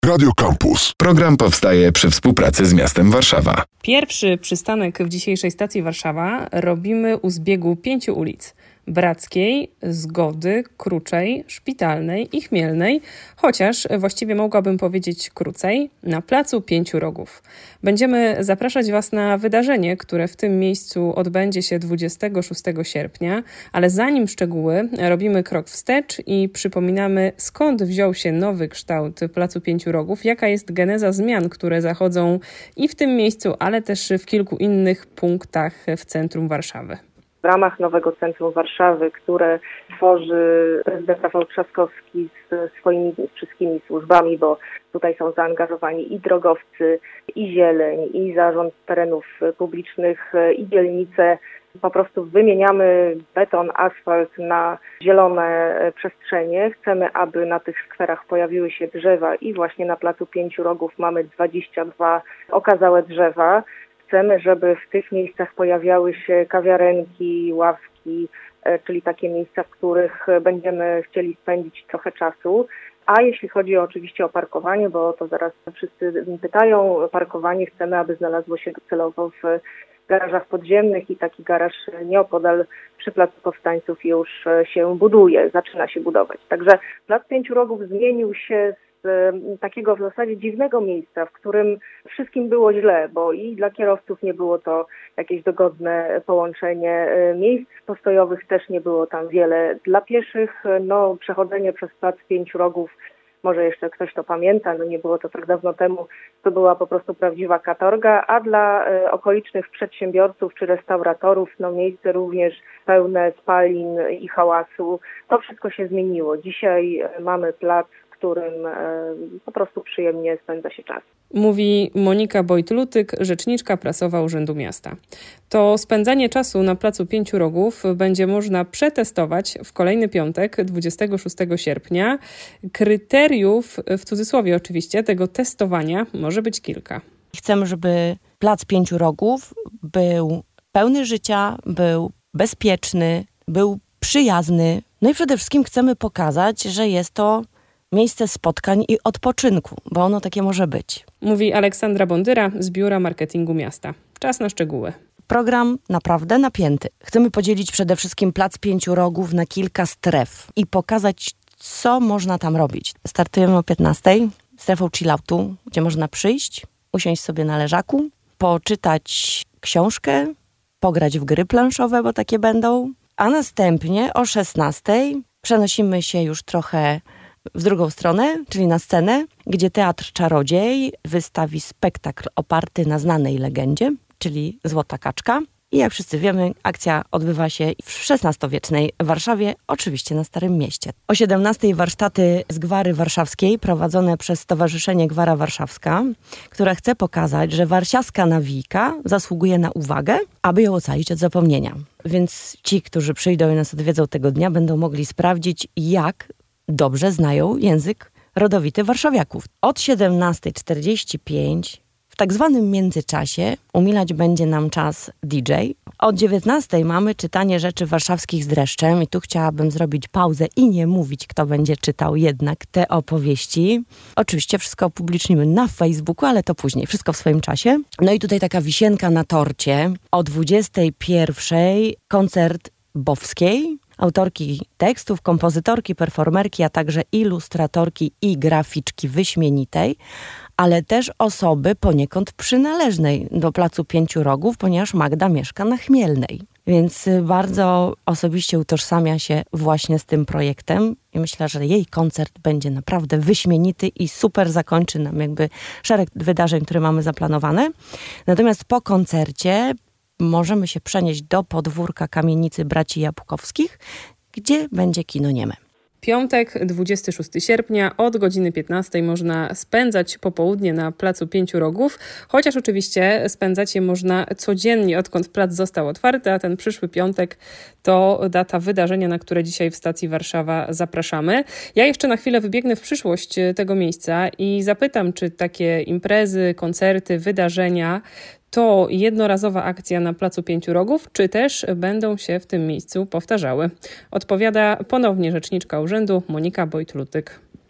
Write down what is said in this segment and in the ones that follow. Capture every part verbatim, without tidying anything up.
Radio Campus. Program powstaje przy współpracy z miastem Warszawa. Pierwszy przystanek w dzisiejszej stacji Warszawa robimy u zbiegu pięciu ulic: Brackiej, Zgody, Kruczej, Szpitalnej i Chmielnej, chociaż właściwie mogłabym powiedzieć krócej, na Placu Pięciu Rogów. Będziemy zapraszać Was na wydarzenie, które w tym miejscu odbędzie się dwudziestego szóstego sierpnia, ale zanim szczegóły, robimy krok wstecz i przypominamy, skąd wziął się nowy kształt Placu Pięciu Rogów, jaka jest geneza zmian, które zachodzą i w tym miejscu, ale też w kilku innych punktach w centrum Warszawy. W ramach nowego centrum Warszawy, które tworzy prezydent Rafał Trzaskowski z swoimi wszystkimi służbami, bo tutaj są zaangażowani i drogowcy, i zieleń, i zarząd terenów publicznych, i dzielnice. Po prostu wymieniamy beton, asfalt na zielone przestrzenie. Chcemy, aby na tych skwerach pojawiły się drzewa i właśnie na Placu Pięciu Rogów mamy dwadzieścia dwa okazałe drzewa. Chcemy, żeby w tych miejscach pojawiały się kawiarenki, ławki, czyli takie miejsca, w których będziemy chcieli spędzić trochę czasu. A jeśli chodzi oczywiście o parkowanie, bo to zaraz wszyscy pytają, parkowanie chcemy, aby znalazło się docelowo w garażach podziemnych i taki garaż nieopodal przy Placu Powstańców już się buduje, zaczyna się budować. Także Plac Pięciu Rogów zmienił się z takiego w zasadzie dziwnego miejsca, w którym wszystkim było źle, bo i dla kierowców nie było to jakieś dogodne połączenie, miejsc postojowych też nie było tam wiele. Dla pieszych no przechodzenie przez Plac Pięciu Rogów, może jeszcze ktoś to pamięta, no nie było to tak dawno temu, to była po prostu prawdziwa katorga, a dla e, okolicznych przedsiębiorców czy restauratorów, no miejsce również pełne spalin i hałasu. To wszystko się zmieniło. Dzisiaj mamy plac, w którym e, po prostu przyjemnie spędza się czas. Mówi Monika Bojt-Lutyk, rzeczniczka prasowa Urzędu Miasta. To spędzanie czasu na Placu Pięciu Rogów będzie można przetestować w kolejny piątek, dwudziestego szóstego sierpnia. Kryteriów, w cudzysłowie oczywiście, tego testowania może być kilka. Chcemy, żeby Plac Pięciu Rogów był pełny życia, był bezpieczny, był przyjazny. No i przede wszystkim chcemy pokazać, że jest to miejsce spotkań i odpoczynku, bo ono takie może być. Mówi Aleksandra Bondyra z Biura Marketingu Miasta. Czas na szczegóły. Program naprawdę napięty. Chcemy podzielić przede wszystkim Plac Pięciu Rogów na kilka stref i pokazać, co można tam robić. Startujemy o piętnastej, strefą chilloutu, gdzie można przyjść, usiąść sobie na leżaku, poczytać książkę, pograć w gry planszowe, bo takie będą, a następnie o szesnastej przenosimy się już trochę w drugą stronę, czyli na scenę, gdzie Teatr Czarodziej wystawi spektakl oparty na znanej legendzie, czyli Złota Kaczka. I jak wszyscy wiemy, akcja odbywa się w szesnastowiecznej Warszawie, oczywiście na Starym Mieście. O siedemnastej warsztaty z Gwary Warszawskiej prowadzone przez Stowarzyszenie Gwara Warszawska, które chce pokazać, że warsiaska nawijka zasługuje na uwagę, aby ją ocalić od zapomnienia. Więc ci, którzy przyjdą i nas odwiedzą tego dnia, będą mogli sprawdzić, jak dobrze znają język rodowity warszawiaków. Od siedemnastej czterdzieści pięć w tak zwanym międzyczasie umilać będzie nam czas D J. Od dziewiętnastej mamy czytanie rzeczy warszawskich z dreszczem i tu chciałabym zrobić pauzę i nie mówić, kto będzie czytał jednak te opowieści. Oczywiście wszystko opublicznimy na Facebooku, ale to później, wszystko w swoim czasie. No i tutaj taka wisienka na torcie. O dwudziestej pierwszej koncert Bowskiej, autorki tekstów, kompozytorki, performerki, a także ilustratorki i graficzki wyśmienitej, ale też osoby poniekąd przynależnej do Placu Pięciu Rogów, ponieważ Magda mieszka na Chmielnej. Więc bardzo osobiście utożsamia się właśnie z tym projektem i myślę, że jej koncert będzie naprawdę wyśmienity i super zakończy nam jakby szereg wydarzeń, które mamy zaplanowane. Natomiast po koncercie możemy się przenieść do podwórka kamienicy braci Jabłkowskich, gdzie będzie kino nieme. Piątek, dwudziestego szóstego sierpnia od godziny piętnastej można spędzać popołudnie na Placu Pięciu Rogów, chociaż oczywiście spędzać je można codziennie, odkąd plac został otwarty, a ten przyszły piątek to data wydarzenia, na które dzisiaj w stacji Warszawa zapraszamy. Ja jeszcze na chwilę wybiegnę w przyszłość tego miejsca i zapytam, czy takie imprezy, koncerty, wydarzenia to jednorazowa akcja na Placu Pięciu Rogów, czy też będą się w tym miejscu powtarzały? Odpowiada ponownie rzeczniczka urzędu Monika Bojt-Lutyk.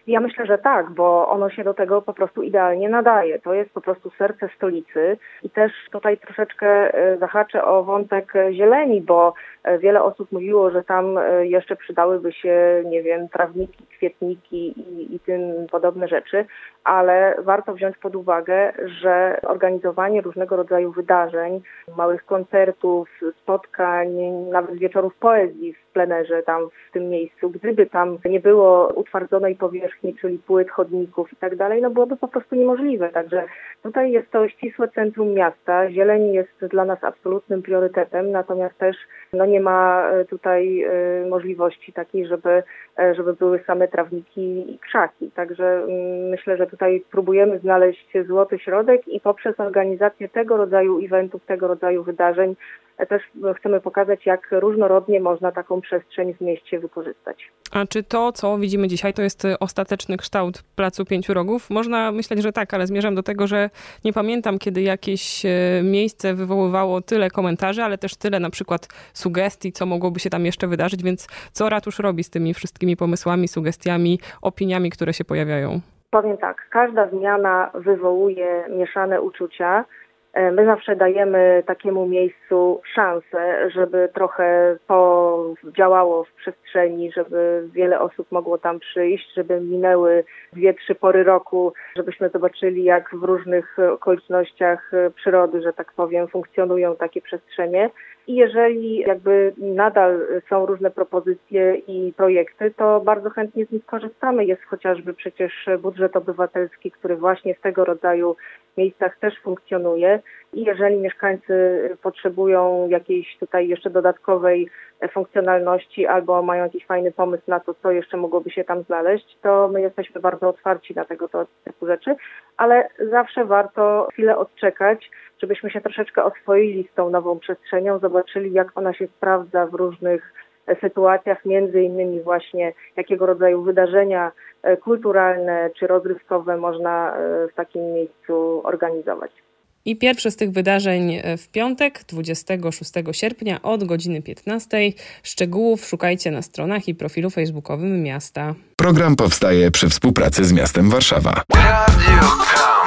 Ja myślę, że tak, bo ono się do tego po prostu idealnie nadaje. To jest po prostu serce stolicy i też tutaj troszeczkę zahaczę o wątek zieleni, bo wiele osób mówiło, że tam jeszcze przydałyby się, nie wiem, trawniki, kwietniki i, i tym podobne rzeczy, ale warto wziąć pod uwagę, że organizowanie różnego rodzaju wydarzeń, małych koncertów, spotkań, nawet wieczorów poezji w plenerze tam w tym miejscu, gdyby tam nie było utwardzonej powierzchni, czyli płyt, chodników i tak dalej, no byłoby po prostu niemożliwe. Także tutaj jest to ścisłe centrum miasta. Zieleń jest dla nas absolutnym priorytetem, natomiast też no nie ma tutaj y, możliwości takiej, żeby, żeby były same trawniki i krzaki. Także y, myślę, że tutaj próbujemy znaleźć złoty środek i poprzez organizację tego rodzaju eventów, tego rodzaju wydarzeń też chcemy pokazać, jak różnorodnie można taką przestrzeń w mieście wykorzystać. A czy to, co widzimy dzisiaj, to jest ostateczny kształt Placu Pięciu Rogów? Można myśleć, że tak, ale zmierzam do tego, że nie pamiętam, kiedy jakieś miejsce wywoływało tyle komentarzy, ale też tyle na przykład sugestii, co mogłoby się tam jeszcze wydarzyć, więc co ratusz robi z tymi wszystkimi pomysłami, sugestiami, opiniami, które się pojawiają? Powiem tak, każda zmiana wywołuje mieszane uczucia. My zawsze dajemy takiemu miejscu szansę, żeby trochę podziałało w przestrzeni, żeby wiele osób mogło tam przyjść, żeby minęły dwie, trzy pory roku, żebyśmy zobaczyli, jak w różnych okolicznościach przyrody, że tak powiem, funkcjonują takie przestrzenie. I jeżeli jakby nadal są różne propozycje i projekty, to bardzo chętnie z nich korzystamy. Jest chociażby przecież budżet obywatelski, który właśnie w tego rodzaju miejscach też funkcjonuje. I jeżeli mieszkańcy potrzebują jakiejś tutaj jeszcze dodatkowej funkcjonalności albo mają jakiś fajny pomysł na to, co jeszcze mogłoby się tam znaleźć, to my jesteśmy bardzo otwarci na tego typu rzeczy, ale zawsze warto chwilę odczekać, żebyśmy się troszeczkę oswoili z tą nową przestrzenią, zobaczyli, jak ona się sprawdza w różnych sytuacjach, między innymi właśnie jakiego rodzaju wydarzenia kulturalne czy rozrywkowe można w takim miejscu organizować. I pierwsze z tych wydarzeń w piątek, dwudziestego szóstego sierpnia od godziny piętnastej. Szczegółów szukajcie na stronach i profilu facebookowym miasta. Program powstaje przy współpracy z miastem Warszawa. Radio